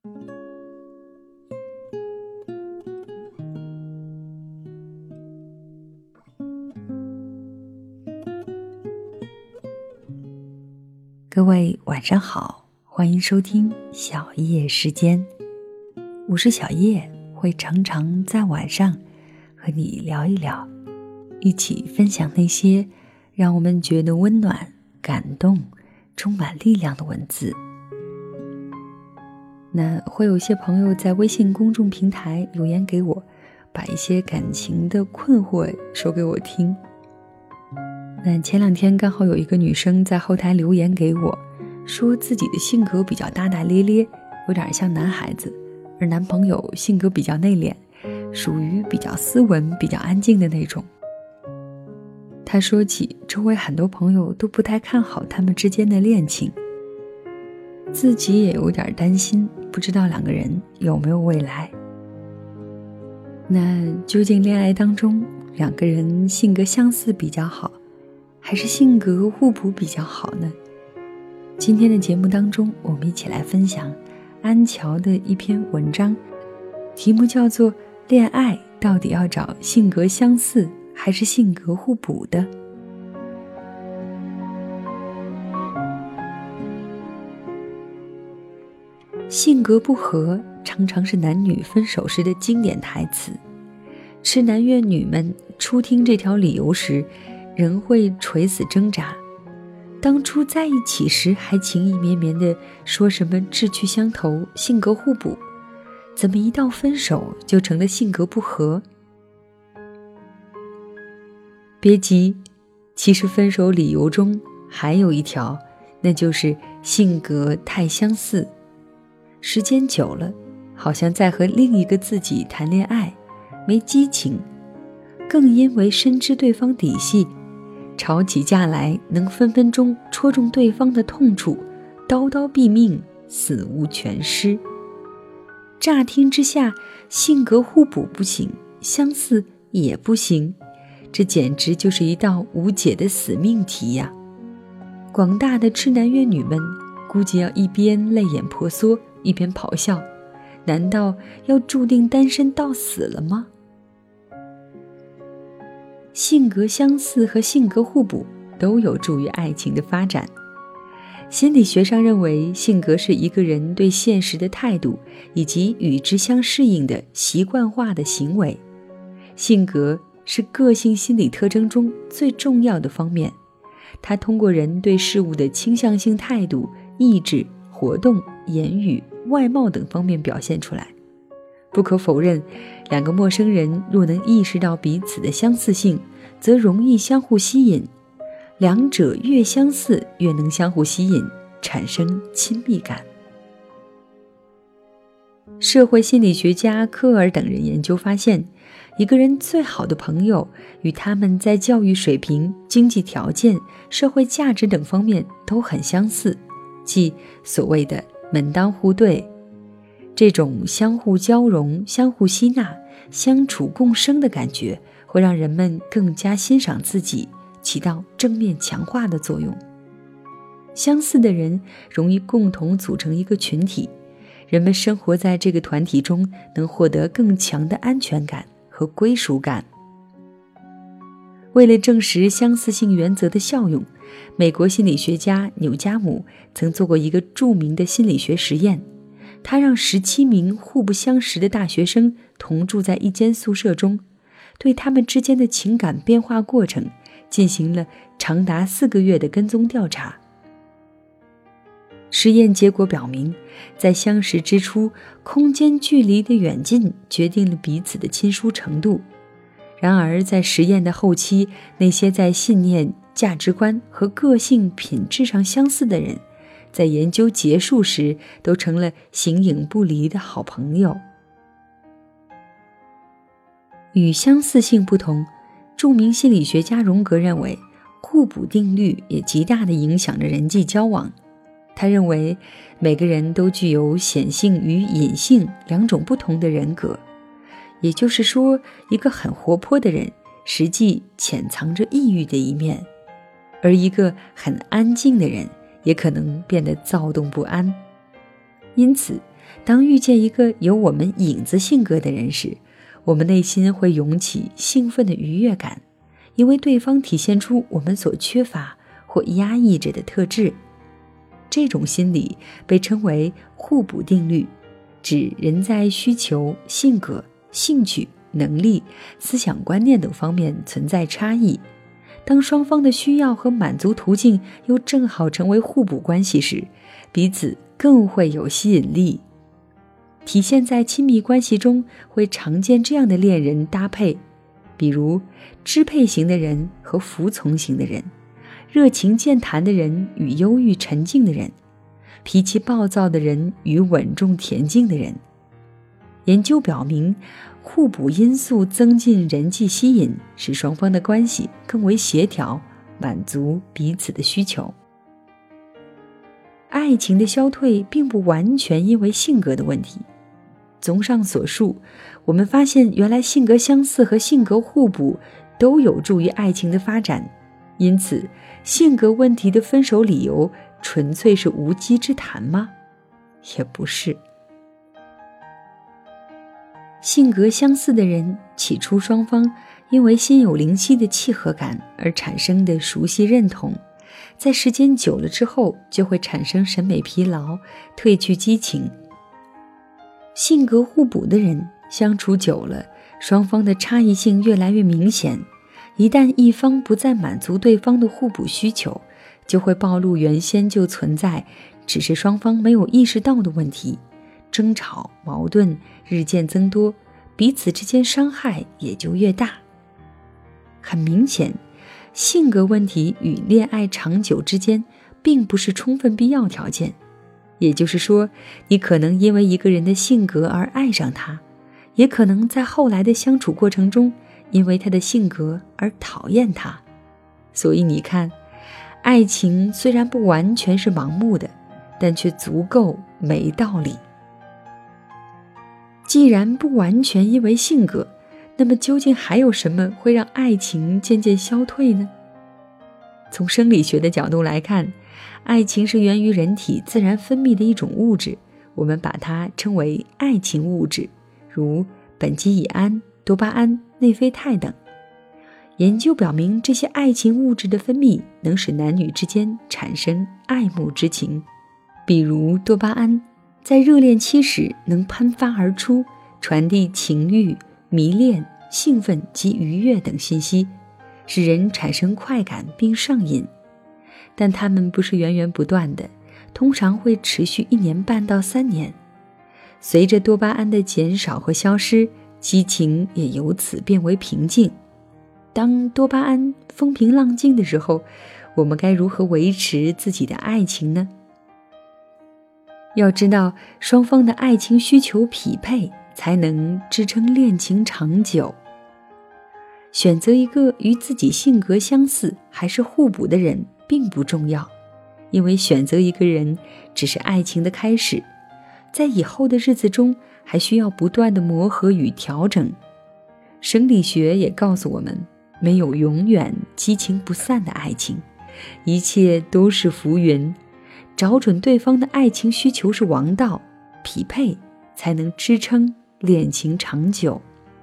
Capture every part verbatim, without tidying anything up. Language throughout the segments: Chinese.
各位晚上好，欢迎收听小叶时间，我是小叶，会常常在晚上和你聊一聊，一起分享那些让我们觉得温暖、感动、充满力量的文字。那会有些朋友在微信公众平台留言给我，把一些感情的困惑说给我听。那前两天刚好有一个女生在后台留言给我，说自己的性格比较大大咧咧，有点像男孩子，而男朋友性格比较内敛，属于比较斯文、比较安静的那种。她说起周围很多朋友都不太看好他们之间的恋情，自己也有点担心，不知道两个人有没有未来。那究竟恋爱当中两个人性格相似比较好，还是性格互补比较好呢？今天的节目当中，我们一起来分享安乔的一篇文章，题目叫做《恋爱到底要找性格相似还是性格互补的》。性格不合常常是男女分手时的经典台词，痴男怨女们初听这条理由时仍会垂死挣扎，当初在一起时还情意绵绵地说什么志趣相投、性格互补，怎么一到分手就成了性格不合？别急，其实分手理由中还有一条，那就是性格太相似。时间久了，好像在和另一个自己谈恋爱，没激情，更因为深知对方底细，吵起架来能分分钟戳中对方的痛处，刀刀毙命，死无全尸。乍听之下，性格互补不行，相似也不行，这简直就是一道无解的死命题呀！广大的痴男怨女们估计要一边泪眼婆娑，一边咆哮，难道要注定单身到死了吗？性格相似和性格互补都有助于爱情的发展。心理学上认为，性格是一个人对现实的态度，以及与之相适应的习惯化的行为。性格是个性心理特征中最重要的方面，它通过人对事物的倾向性态度、意志、活动、言语、外貌等方面表现出来。不可否认，两个陌生人若能意识到彼此的相似性，则容易相互吸引，两者越相似越能相互吸引，产生亲密感。社会心理学家科尔等人研究发现，一个人最好的朋友与他们在教育水平、经济条件、社会价值等方面都很相似，即所谓的门当户对。这种相互交融、相互吸纳、相处共生的感觉，会让人们更加欣赏自己，起到正面强化的作用。相似的人容易共同组成一个群体，人们生活在这个团体中，能获得更强的安全感和归属感。为了证实相似性原则的效用，美国心理学家纽加姆曾做过一个著名的心理学实验。他让十七名互不相识的大学生同住在一间宿舍中，对他们之间的情感变化过程进行了长达四个月的跟踪调查。实验结果表明，在相识之初，空间距离的远近决定了彼此的亲疏程度。然而在实验的后期，那些在信念、价值观和个性品质上相似的人，在研究结束时都成了形影不离的好朋友。与相似性不同，著名心理学家荣格认为，互补定律也极大地影响着人际交往。他认为，每个人都具有显性与隐性两种不同的人格，也就是说，一个很活泼的人，实际潜藏着抑郁的一面，而一个很安静的人，也可能变得躁动不安。 因此，当遇见一个有我们影子性格的人时，我们内心会涌起兴奋的愉悦感，因为对方体现出我们所缺乏或压抑着的特质。这种心理被称为互补定律，指人在需求、性格、兴趣、能力、思想观念等方面存在差异，当双方的需要和满足途径又正好成为互补关系时，彼此更会有吸引力。体现在亲密关系中会常见这样的恋人搭配，比如支配型的人和服从型的人，热情健谈的人与忧郁沉静的人，脾气暴躁的人与稳重恬静的人。研究表明，互补因素增进人际吸引，使双方的关系更为协调，满足彼此的需求。爱情的消退并不完全因为性格的问题。综上所述，我们发现原来性格相似和性格互补都有助于爱情的发展，因此性格问题的分手理由纯粹是无稽之谈吗？也不是。性格相似的人，起初双方因为心有灵犀的契合感而产生的熟悉认同，在时间久了之后就会产生审美疲劳，褪去激情。性格互补的人相处久了，双方的差异性越来越明显，一旦一方不再满足对方的互补需求，就会暴露原先就存在，只是双方没有意识到的问题，争吵矛盾日渐增多，彼此之间伤害也就越大。很明显，性格问题与恋爱长久之间并不是充分必要条件。也就是说，你可能因为一个人的性格而爱上他，也可能在后来的相处过程中因为他的性格而讨厌他。所以你看，爱情虽然不完全是盲目的，但却足够没道理。既然不完全因为性格，那么究竟还有什么会让爱情渐渐消退呢？从生理学的角度来看，爱情是源于人体自然分泌的一种物质，我们把它称为爱情物质，如苯基乙胺、多巴胺、内啡肽等。研究表明，这些爱情物质的分泌能使男女之间产生爱慕之情。比如多巴胺在热恋期时能喷发而出，传递情欲、迷恋、兴奋及愉悦等信息，使人产生快感并上瘾。但它们不是源源不断的，通常会持续一年半到三年。随着多巴胺的减少和消失，激情也由此变为平静。当多巴胺风平浪静的时候，我们该如何维持自己的爱情呢？要知道，双方的爱情需求匹配，才能支撑恋情长久。选择一个与自己性格相似还是互补的人并不重要，因为选择一个人只是爱情的开始，在以后的日子中还需要不断的磨合与调整。生理学也告诉我们，没有永远激情不散的爱情，一切都是浮云。找准对方的爱情需求是王道，匹配才能支撑恋情长久。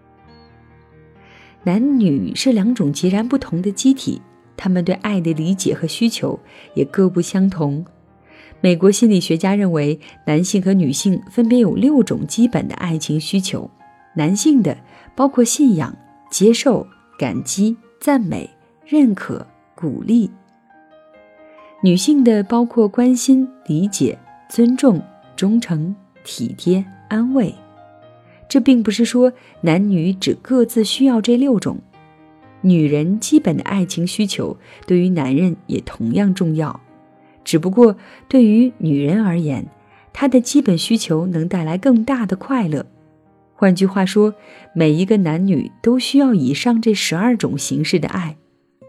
男女是两种截然不同的机体，他们对爱的理解和需求也各不相同。美国心理学家认为，男性和女性分别有六种基本的爱情需求。男性的包括信仰、接受、感激、赞美、认可、鼓励；女性的包括关心、理解、尊重、忠诚、体贴、安慰。这并不是说男女只各自需要这六种，女人基本的爱情需求对于男人也同样重要，只不过对于女人而言，她的基本需求能带来更大的快乐。换句话说，每一个男女都需要以上这十二种形式的爱。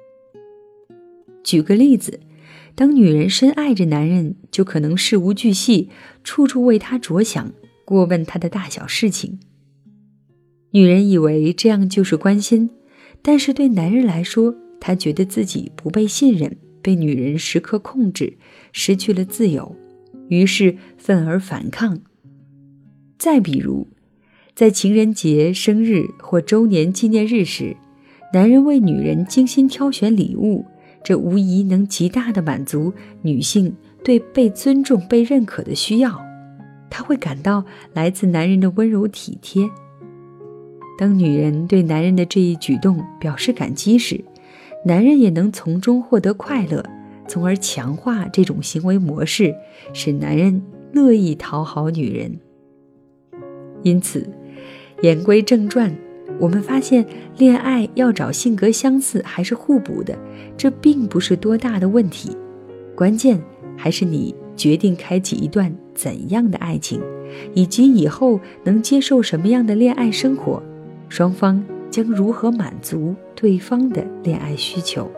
举个例子，当女人深爱着男人，就可能事无巨细，处处为他着想，过问他的大小事情。女人以为这样就是关心，但是对男人来说，他觉得自己不被信任，被女人时刻控制，失去了自由。 于是愤而反抗。再比如，在情人节、生日或周年纪念日时，男人为女人精心挑选礼物，这无疑能极大地满足女性对被尊重、被认可的需要。她会感到来自男人的温柔体贴。当女人对男人的这一举动表示感激时，男人也能从中获得快乐，从而强化这种行为模式，使男人乐意讨好女人。因此，言归正传，我们发现恋爱要找性格相似还是互补的，这并不是多大的问题，关键还是你决定开启一段怎样的爱情，以及以后能接受什么样的恋爱生活，双方将如何满足对方的恋爱需求。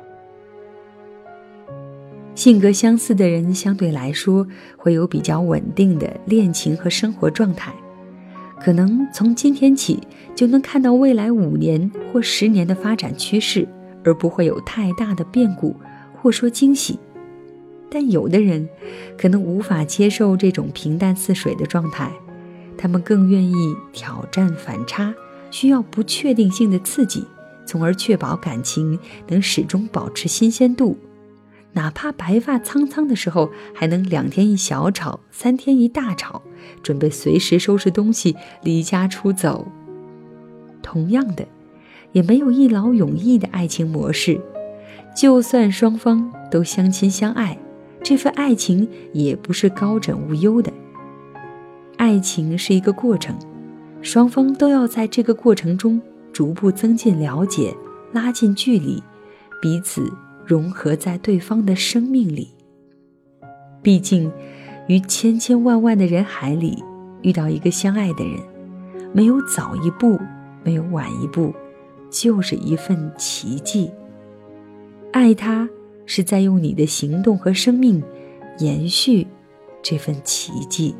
性格相似的人相对来说会有比较稳定的恋情和生活状态，可能从今天起就能看到未来五年或十年的发展趋势，而不会有太大的变故或说惊喜。但有的人可能无法接受这种平淡似水的状态，他们更愿意挑战反差，需要不确定性的刺激，从而确保感情能始终保持新鲜度。哪怕白发苍苍的时候，还能两天一小吵，三天一大吵，准备随时收拾东西离家出走。同样的，也没有一劳永逸的爱情模式，就算双方都相亲相爱，这份爱情也不是高枕无忧的。爱情是一个过程，双方都要在这个过程中逐步增进了解，拉近距离，彼此融合在对方的生命里。毕竟，于千千万万的人海里遇到一个相爱的人，没有早一步，没有晚一步，就是一份奇迹。爱他是在用你的行动和生命延续这份奇迹。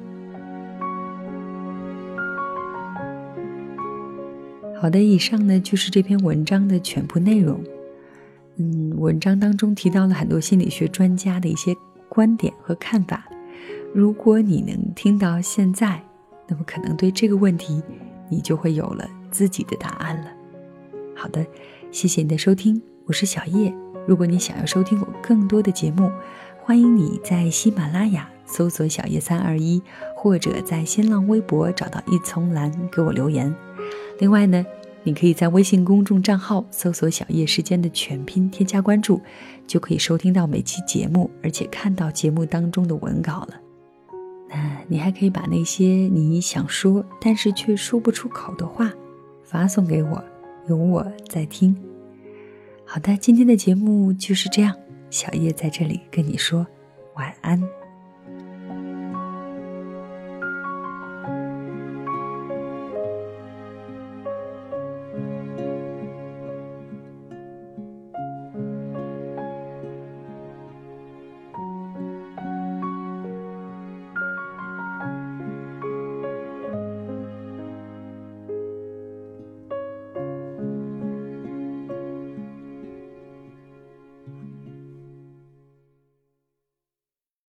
好的，以上呢就是这篇文章的全部内容。嗯，文章当中提到了很多心理学专家的一些观点和看法。如果你能听到现在，那么可能对这个问题你就会有了自己的答案了。好的，谢谢你的收听，我是小叶。如果你想要收听我更多的节目，欢迎你在喜马拉雅搜索小叶三二一，或者在新浪微博找到一丛蓝给我留言。另外呢，你可以在微信公众账号搜索小叶时间的全拼，添加关注，就可以收听到每期节目，而且看到节目当中的文稿了。那你还可以把那些你想说但是却说不出口的话发送给我，有我在听。好的，今天的节目就是这样，小叶在这里跟你说晚安。